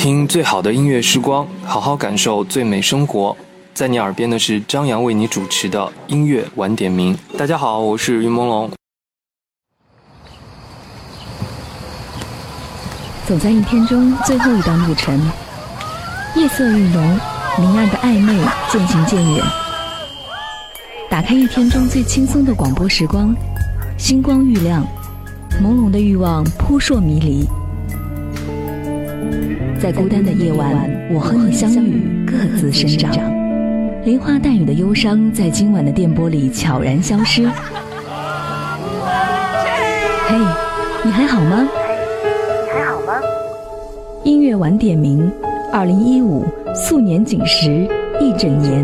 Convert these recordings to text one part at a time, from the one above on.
听最好的音乐时光，好好感受最美生活。在你耳边的是张扬为你主持的音乐晚点名。大家好，我是云朦胧。 走在一天中最后一段路程，夜色愈浓，明暗的暧昧渐行渐远。打开一天中最轻松的广播时光，星光愈亮，朦胧的欲望扑朔迷离。在孤单的夜晚，我和你相遇，各自生长。连花带雨的忧伤在今晚的电波里悄然消失。嘿，你还好吗？音乐晚点名，2015素年锦时一整年。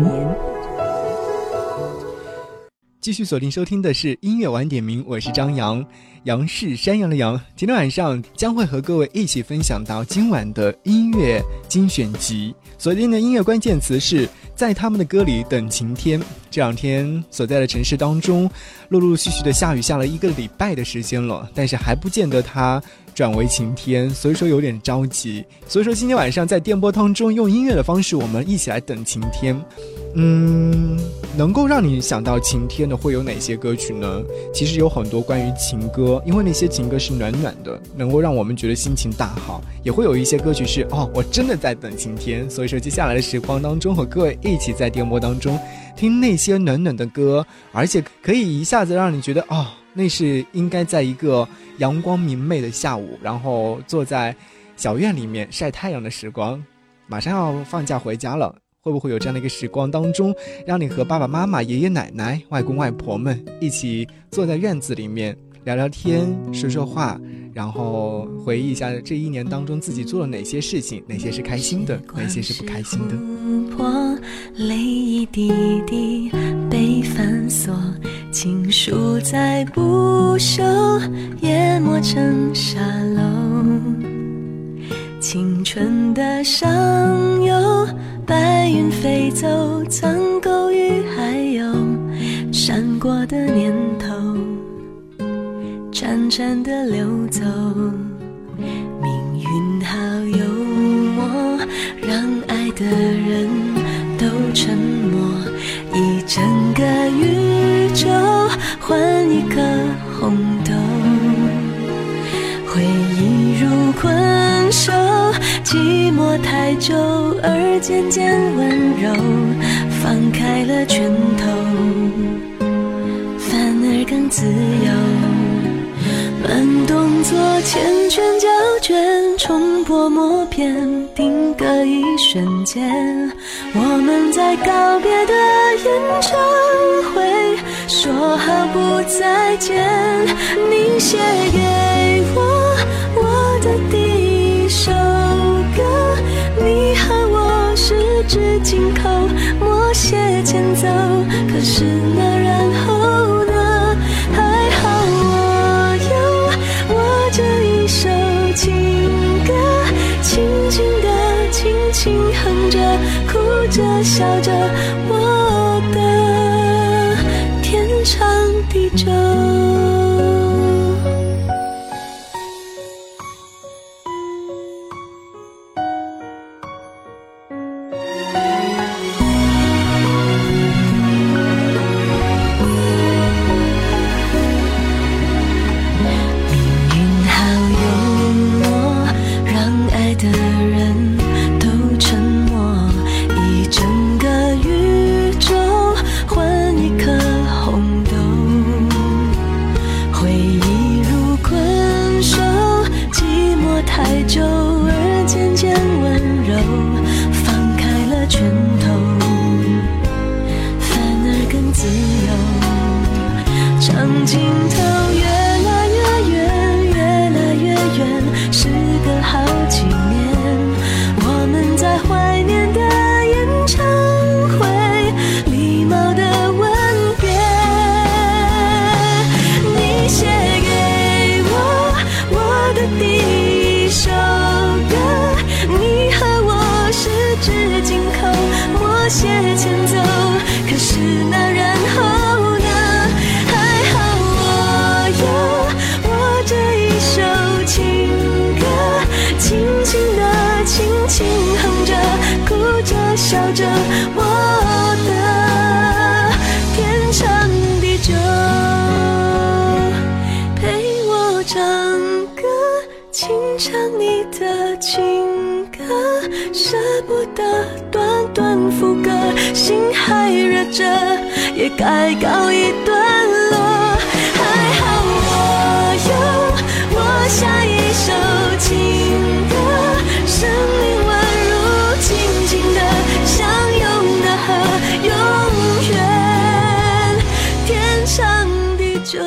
继续锁定收听的是音乐晚点名，我是张扬，杨是山羊的羊。今天晚上将会和各位一起分享到今晚的音乐精选集，锁定的音乐关键词是在他们的歌里等晴天。这两天所在的城市当中陆陆续续的下雨，下了1个礼拜的时间了，但是还不见得它转为晴天，所以说有点着急。所以说今天晚上在电波当中用音乐的方式，我们一起来等晴天。能够让你想到晴天的会有哪些歌曲呢？其实有很多关于情歌，因为那些情歌是暖暖的，能够让我们觉得心情大好。也会有一些歌曲是我真的在等晴天。所以说接下来的时光当中，和各位一起在电波当中听那些暖暖的歌，而且可以一下子让你觉得那是应该在一个阳光明媚的下午，然后坐在小院里面晒太阳的时光。马上要放假回家了，会不会有这样的一个时光当中，让你和爸爸妈妈、爷爷奶奶、外公外婆们一起坐在院子里面聊聊天、说说话，然后回忆一下这一年当中自己做了哪些事情，哪些是开心的，哪些是不开心的。 泪一滴滴被反锁，情书在不朽，淹没成沙漏。青春的上游，白云飞走，苍狗与还有闪过的念头，潺潺的流走。命运好幽默，让爱的人都沉默，一整个宇宙换一颗红豆，回忆如困兽，寂寞太久而渐渐温柔，放开了拳头，反而更自由。慢动作缱绻胶卷，重播默片，定格一瞬间。我们在告别的演唱会说好不再见，你写给我的第一首歌，你和我十指紧扣，默写前奏。可是那然后呢？还好我有我这一首情歌，轻轻地轻轻哼着，哭着笑着，我的天长地久。的人都沉默，一整个宇我的天长地久，陪我唱歌，清唱你的情歌，舍不得短短副歌，心还热着，也该告一段落。还好我有我下一首情歌，生命宛如静静的相拥的河，永远天长地久。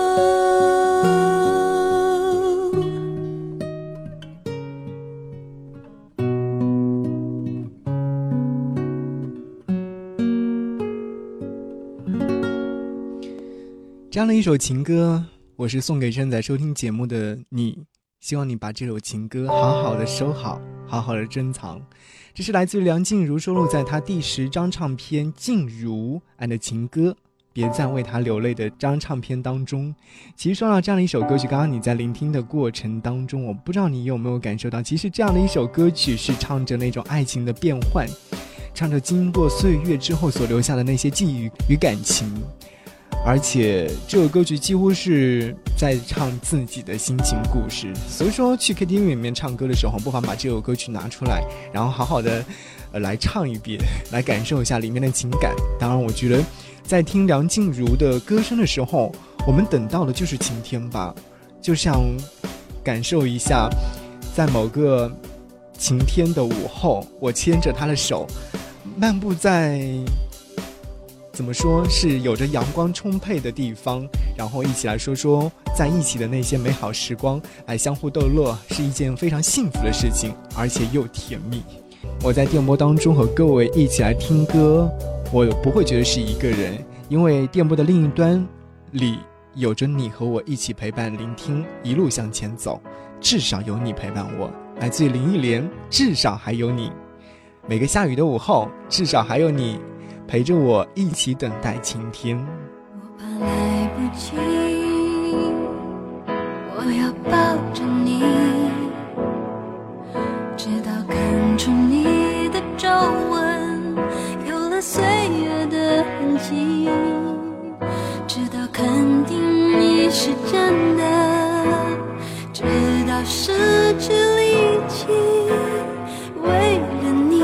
这样的一首情歌，我是送给正在收听节目的你，希望你把这首情歌好好的收好，好好的珍藏。这是来自于梁静茹收录在她第10张唱片《静茹and情歌》别再为她流泪的张唱片当中。其实说到这样的一首歌曲，刚刚你在聆听的过程当中，我不知道你有没有感受到，其实这样的一首歌曲是唱着那种爱情的变换，唱着经过岁月之后所留下的那些记忆与感情。而且这首歌曲几乎是在唱自己的心情故事，所以说去 KTV 里面唱歌的时候，不妨把这首歌曲拿出来，然后好好的来唱一遍，来感受一下里面的情感。当然我觉得在听梁静茹的歌声的时候，我们等到的就是晴天吧，就像感受一下在某个晴天的午后，我牵着她的手漫步在怎么说是有着阳光充沛的地方，然后一起来说说在一起的那些美好时光，来相互逗乐，是一件非常幸福的事情，而且又甜蜜。我在电波当中和各位一起来听歌，我不会觉得是一个人，因为电波的另一端里有着你和我一起陪伴聆听，一路向前走，至少有你陪伴我。来自于林忆莲，至少还有你。每个下雨的午后，至少还有你陪着我一起等待晴天。 我怕来不及，我要抱着你，直到看出你的皱纹有了岁月的痕迹，直到肯定你是真的，直到失去力气，为了你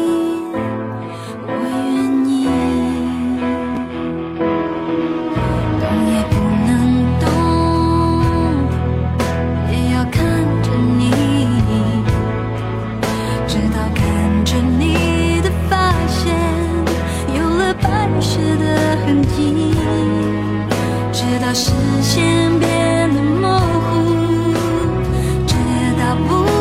直到视线变得模糊，直到不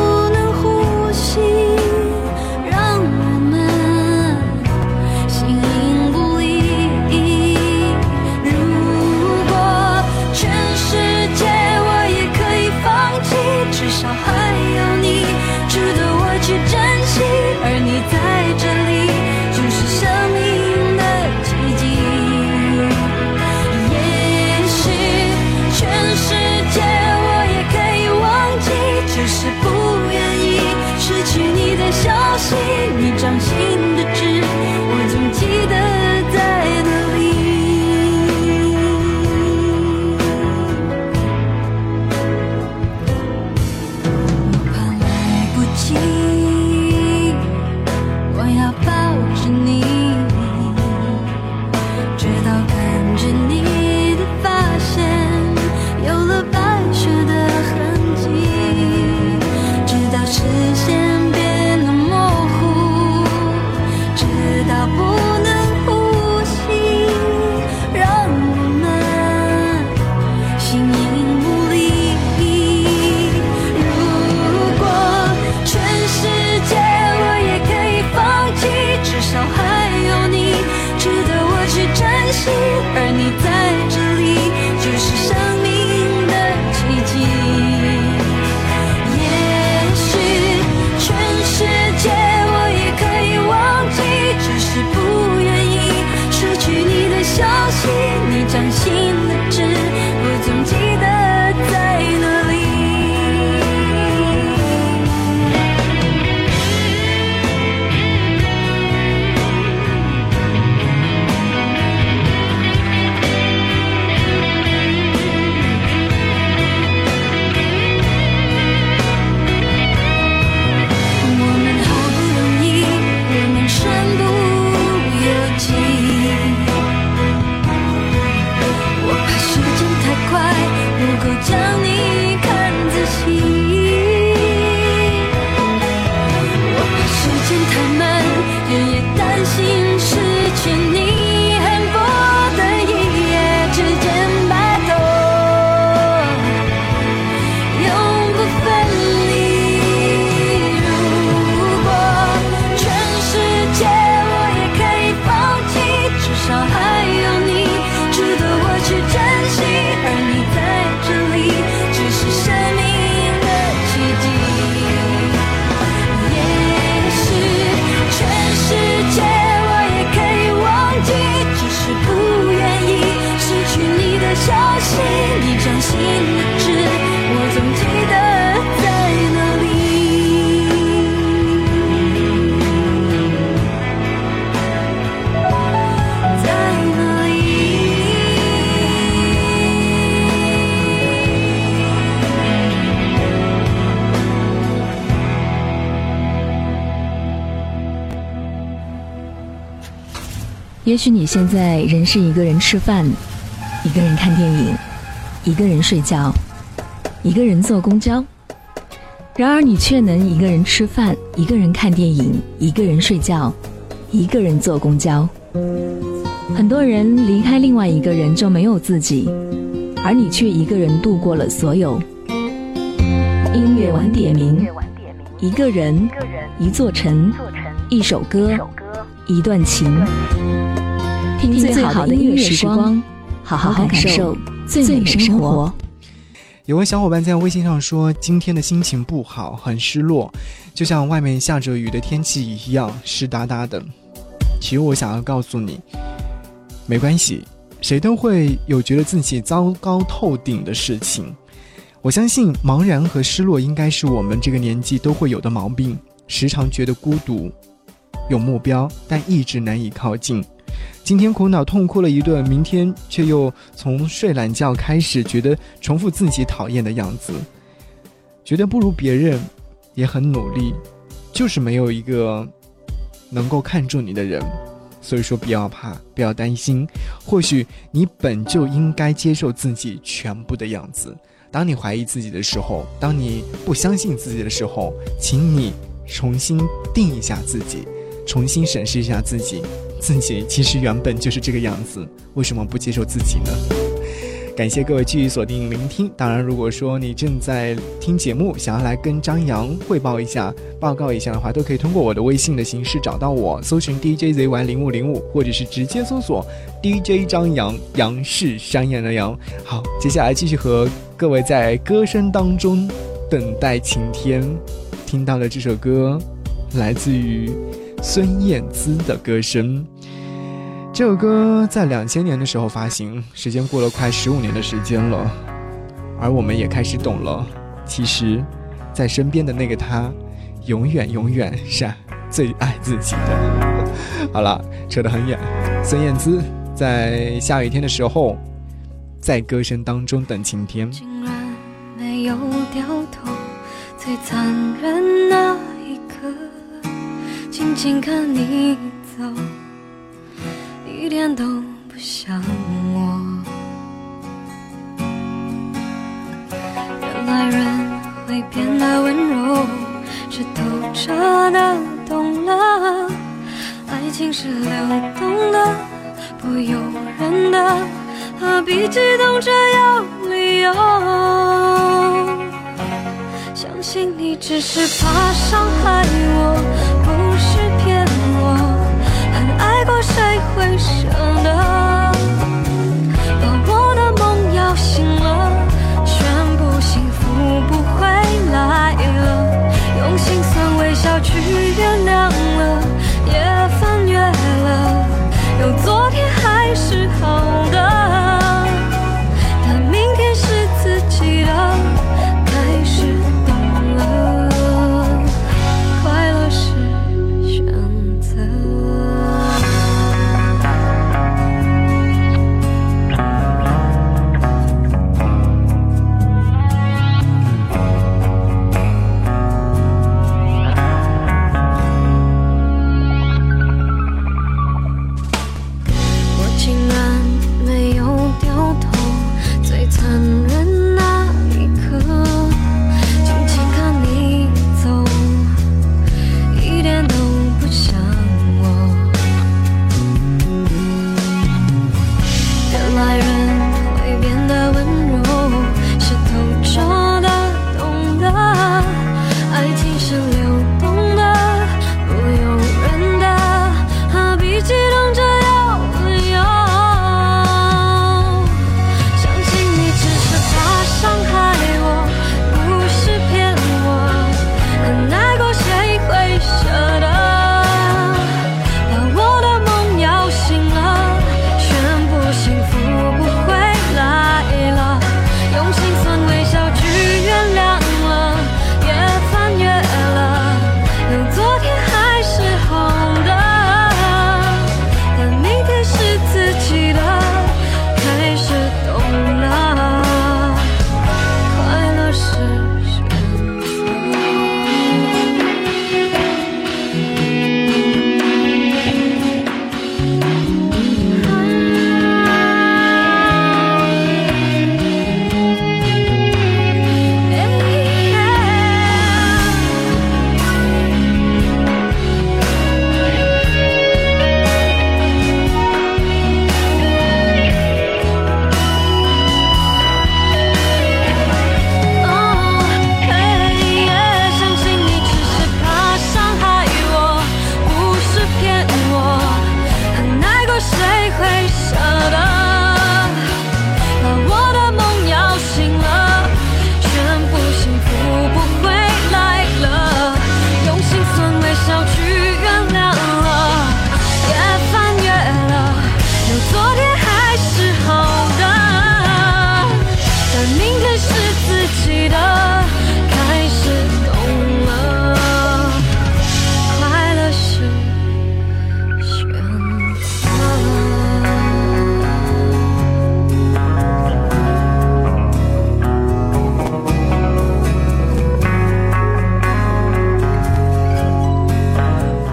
也许你现在仍是一个人吃饭，一个人看电影，一个人睡觉，一个人坐公交，然而你却能一个人吃饭，一个人看电影，一个人睡觉，一个人坐公交。很多人离开另外一个人就没有自己，而你却一个人度过了所有。音乐晚点名，一个人，一座城，一首歌，一段情，听最好的音乐时光，好好感受最美生活。 有位小伙伴在微信上说，今天的心情不好，很失落，就像外面下着雨的天气一样，湿哒哒的。其实我想要告诉你，没关系，谁都会有觉得自己糟糕透顶的事情。我相信茫然和失落应该是我们这个年纪都会有的毛病，时常觉得孤独，有目标但一直难以靠近。今天苦恼痛哭了一顿，明天却又从睡懒觉开始觉得重复自己讨厌的样子，觉得不如别人，也很努力，就是没有一个能够看中你的人。所以说不要怕，不要担心，或许你本就应该接受自己全部的样子。当你怀疑自己的时候，当你不相信自己的时候，请你重新定一下自己，重新审视一下自己其实原本就是这个样子，为什么不接受自己呢？感谢各位继续锁定聆听。当然如果说你正在听节目，想要来跟张扬汇报一下报告一下的话，都可以通过我的微信的形式找到我，搜寻 DJZY0505，或者是直接搜索 DJ 张扬，杨是山羊的羊。好，接下来继续和各位在歌声当中等待晴天。听到了这首歌来自于孙燕姿的歌声。这首歌在2000年的时候发行，时间过了快15年的时间了，而我们也开始懂了，其实在身边的那个他永远是最爱自己的。好了，扯得很远。孙燕姿在下雨天的时候，在歌声当中等晴天。 竟然没有掉头，最残忍那一刻，静静看你走，一点都不像我。原来人会变得温柔，是透彻的懂了，爱情是流动的，不由人的，何必激动着有理由？相信你只是怕伤害我，不是骗我，很爱过谁会舍得把我的梦摇醒了，全部幸福不会来了，用心酸微笑去原谅了，也翻越了，有昨天还是好的，但明天是自己的，开始懂了，快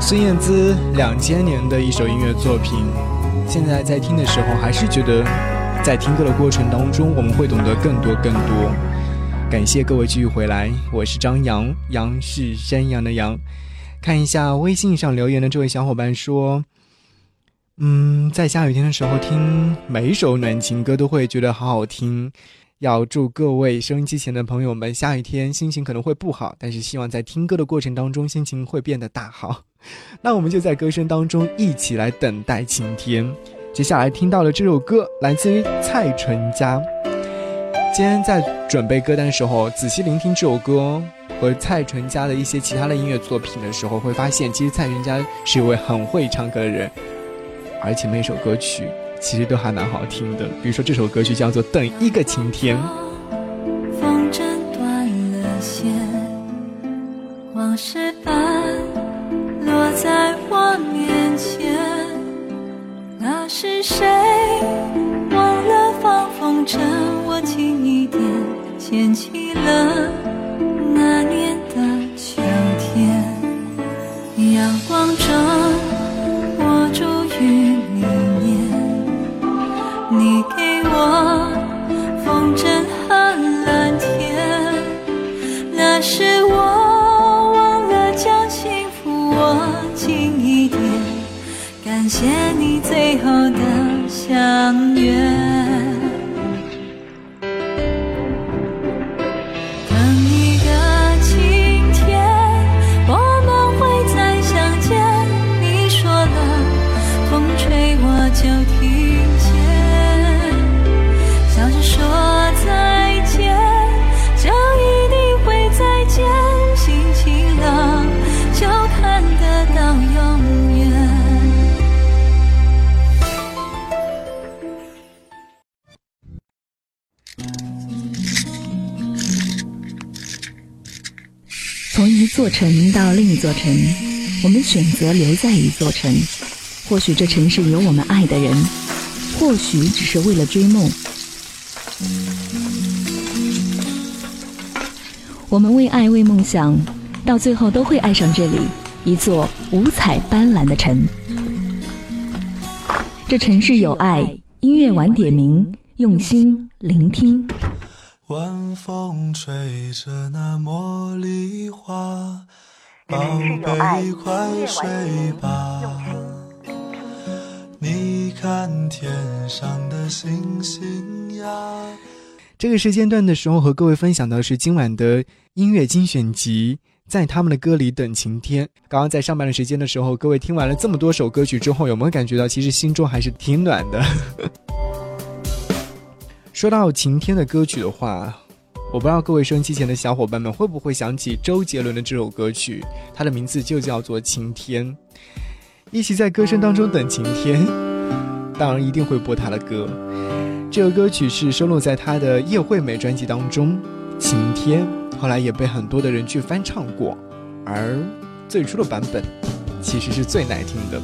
孙燕姿2000年的一首音乐作品，现在在听的时候还是觉得在听歌的过程当中我们会懂得更多。感谢各位继续回来，我是张扬，杨是山羊的羊。看一下微信上留言的这位小伙伴说，在下雨天的时候听每一首暖情歌都会觉得好好听，要祝各位收音机前的朋友们，下雨天心情可能会不好，但是希望在听歌的过程当中心情会变得大好。那我们就在歌声当中一起来等待晴天。接下来听到了这首歌来自于蔡淳佳。今天在准备歌单的时候仔细聆听这首歌和蔡淳佳的一些其他的音乐作品的时候，会发现其实蔡淳佳是一位很会唱歌的人，而且每首歌曲其实都还蛮好听的。比如说这首歌曲叫做《等一个晴天》。 风筝断了线，往事般落在我面前，那是谁忘了放风筝，我轻一点牵起了那年的秋天，阳光中我住于里面，你给我风筝和蓝天，那是我忘了将幸福握紧一点，感谢你最后的相约。就听见，笑着说再见，就一定会再见，心情冷就看得到永远。 从一座城到另一座城，我们选择留在一座城。或许这城市有我们爱的人，或许只是为了追梦。我们为爱为梦想，到最后都会爱上这里，一座五彩斑斓的城。这城市有爱，音乐晚点名，用心聆听。 晚风吹着那茉莉花，宝贝快睡吧，你看天上的星星呀。 这个时间段的时候和各位分享的是今晚的音乐精选集，在他们的歌里等晴天。刚刚在上半的时间的时候，各位听完了这么多首歌曲之后，有没有感觉到其实心中还是挺暖的？说到晴天的歌曲的话，我不知道各位收音机前的小伙伴们会不会想起周杰伦的这首歌曲，它的名字就叫做晴天。一起在歌声当中等晴天，当然一定会播他的歌。这首歌曲是收录在他的叶惠美专辑当中，晴天后来也被很多的人去翻唱过，而最初的版本其实是最耐听的。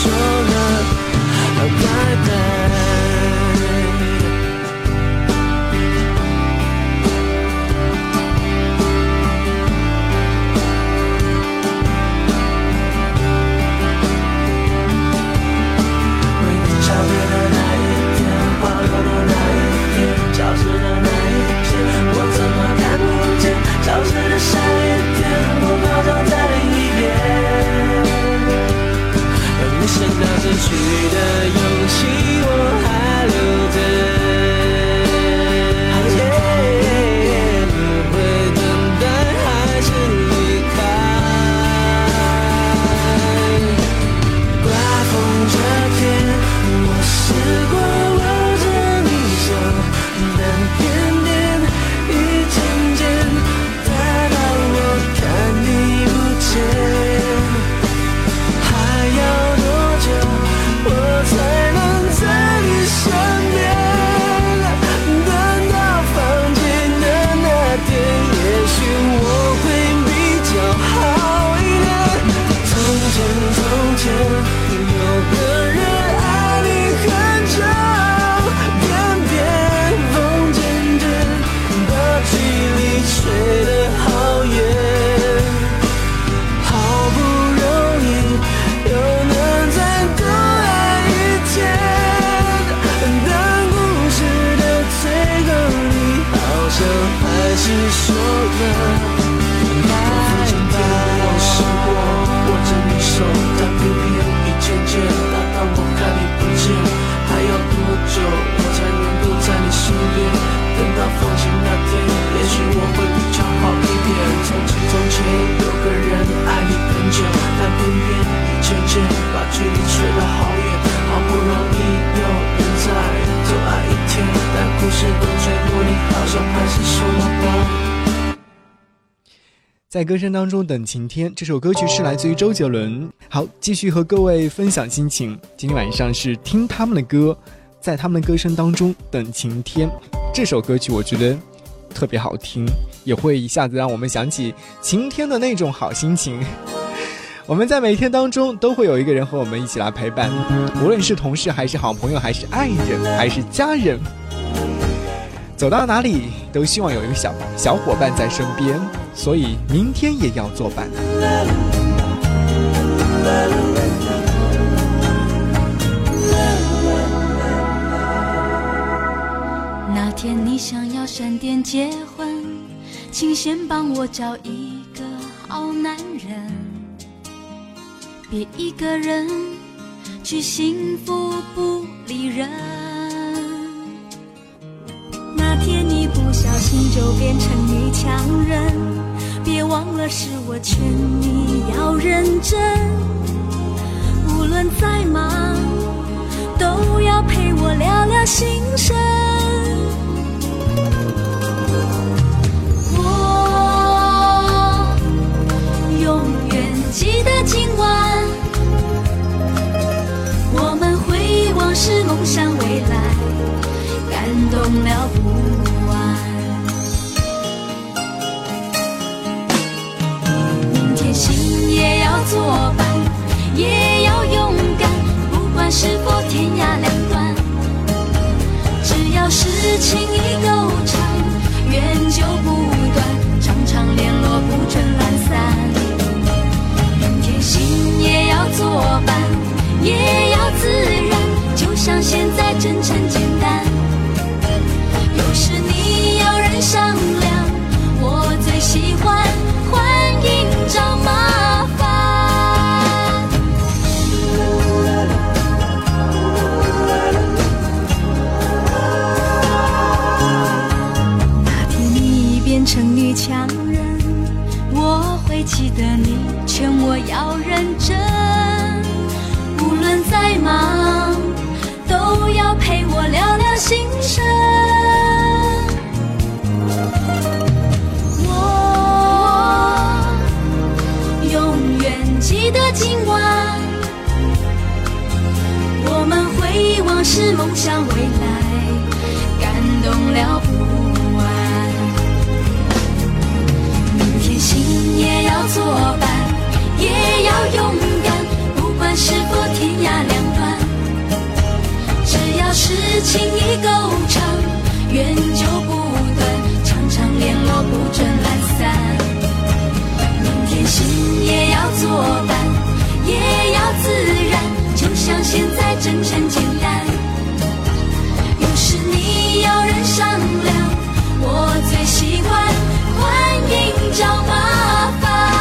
说了拜拜。去的勇气我还留着，不会等待还是离开。刮风这天，我试过握着你手，但偏偏一渐渐大到我看你不见。才能在你身边，等到放晴的那天，也许我会比较好一点。从前有个人爱你很久，偏偏风渐渐把距离吹得好远，好不容易又能再多还是说了拜拜。我试过握着你手，但偏偏一渐渐大到我看你不见。还要多久我才能够在你身边？等到放晴那天，也许我会比较好一点。从前有个人爱你很久，但偏偏一渐渐把距离吹得好远。好不容易有人在多爱一天，但故事到最后你好像还是说了吧。 在歌声当中等晴天，这首歌曲是来自于周杰伦。好，继续和各位分享心情。今天晚上是听他们的歌，在他们的歌声当中等晴天。这首歌曲我觉得特别好听，也会一下子让我们想起晴天的那种好心情。我们在每天当中都会有一个人和我们一起来陪伴，无论是同事还是好朋友还是爱人还是家人，走到哪里都希望有一个小伙伴在身边，所以明天也要作伴。 那天你想要闪电结婚，请先帮我找一个好男人，别一个人去幸福不理人。那天你不小心就变成女强人，别忘了是我劝你要认真，无论再忙都要陪我聊聊心声。我永远记得今晚我们回望是梦想未来，感动了不完。明天心也要作伴，也要勇敢，不管是否天涯两端，只要是情谊够长，缘就不断，常常联络不准懒散。明天心也要作伴，也要自然，就像现在真诚简单。有时你要人商量，我最喜欢欢迎找麻烦。那天你变成女强人，我会记得你劝我要认真，无论再忙都要陪我聊聊心声。我永远记得今晚我们回望是梦想未来，感动了不完。明天心也要作伴，也要勇敢，不管是否天涯情意勾长，缘就不断，常常联络不准懒散。明天心也要作伴，也要自然，就像现在真诚简单。有时你要人商量，我最喜欢欢迎找麻烦。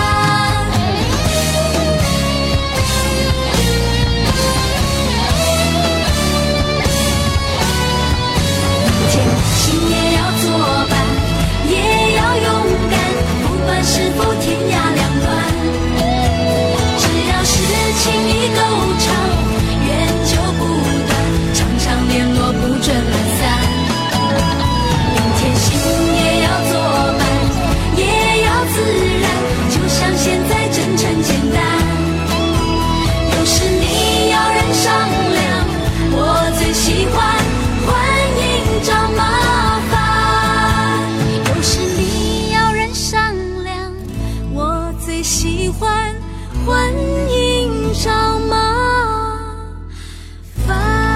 心也要作伴，也要勇敢，不管是否天涯两端，只要是情意够长，缘就不断，常常联络不准懒散。明天心也要作伴，也要自然，就像现在真诚简单。有时你要人商量，我最喜欢欢迎找麻烦。有时你要人商量，我最喜欢欢迎找麻烦。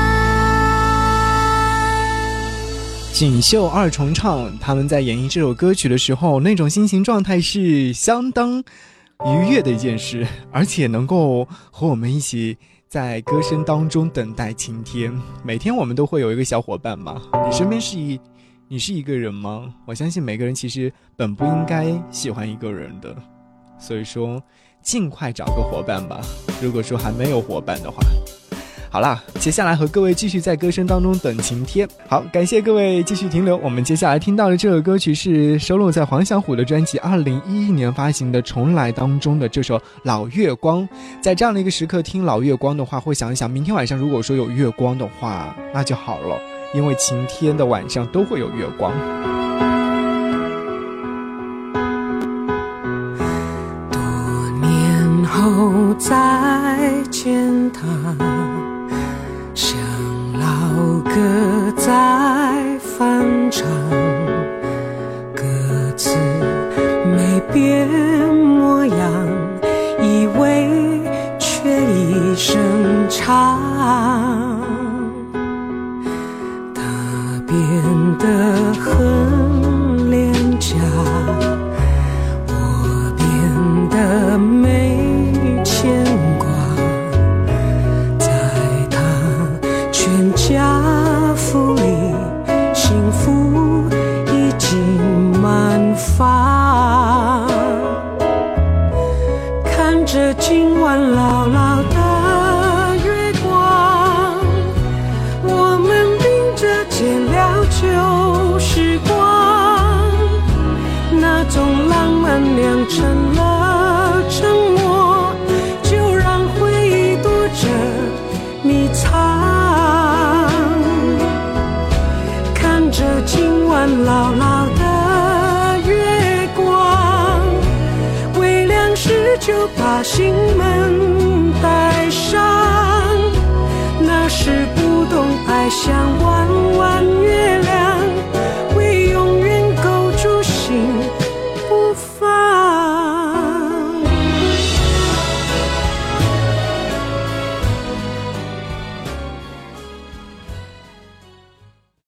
锦绣二重唱，他们在演绎这首歌曲的时候，那种心情状态是相当愉悦的一件事，而且能够和我们一起在歌声当中等待晴天。每天我们都会有一个小伙伴嘛，你身边你是一个人吗？我相信每个人其实本不应该喜欢一个人的，所以说尽快找个伙伴吧，如果说还没有伙伴的话。好啦，接下来和各位继续在歌声当中等晴天。好，感谢各位继续停留。我们接下来听到的这首歌曲是收录在黄小琥的专辑2011年发行的《重来》当中的这首《老月光》。在这样的一个时刻听《老月光》的话，会想一想明天晚上如果说有月光的话，那就好了，因为晴天的晚上都会有月光。 多年后再见他，像老歌在翻唱，歌词没变模样，以为却一声长。他变得很廉价，我变得没牵挂，全家福里，幸福已经满发。看着今晚老老的月光，我们并着减了旧时光，那种浪漫酿成了沉默，就让回忆躲着迷藏。今晚老老的月光，微亮时就把心门带上，那时不懂爱像弯弯月亮，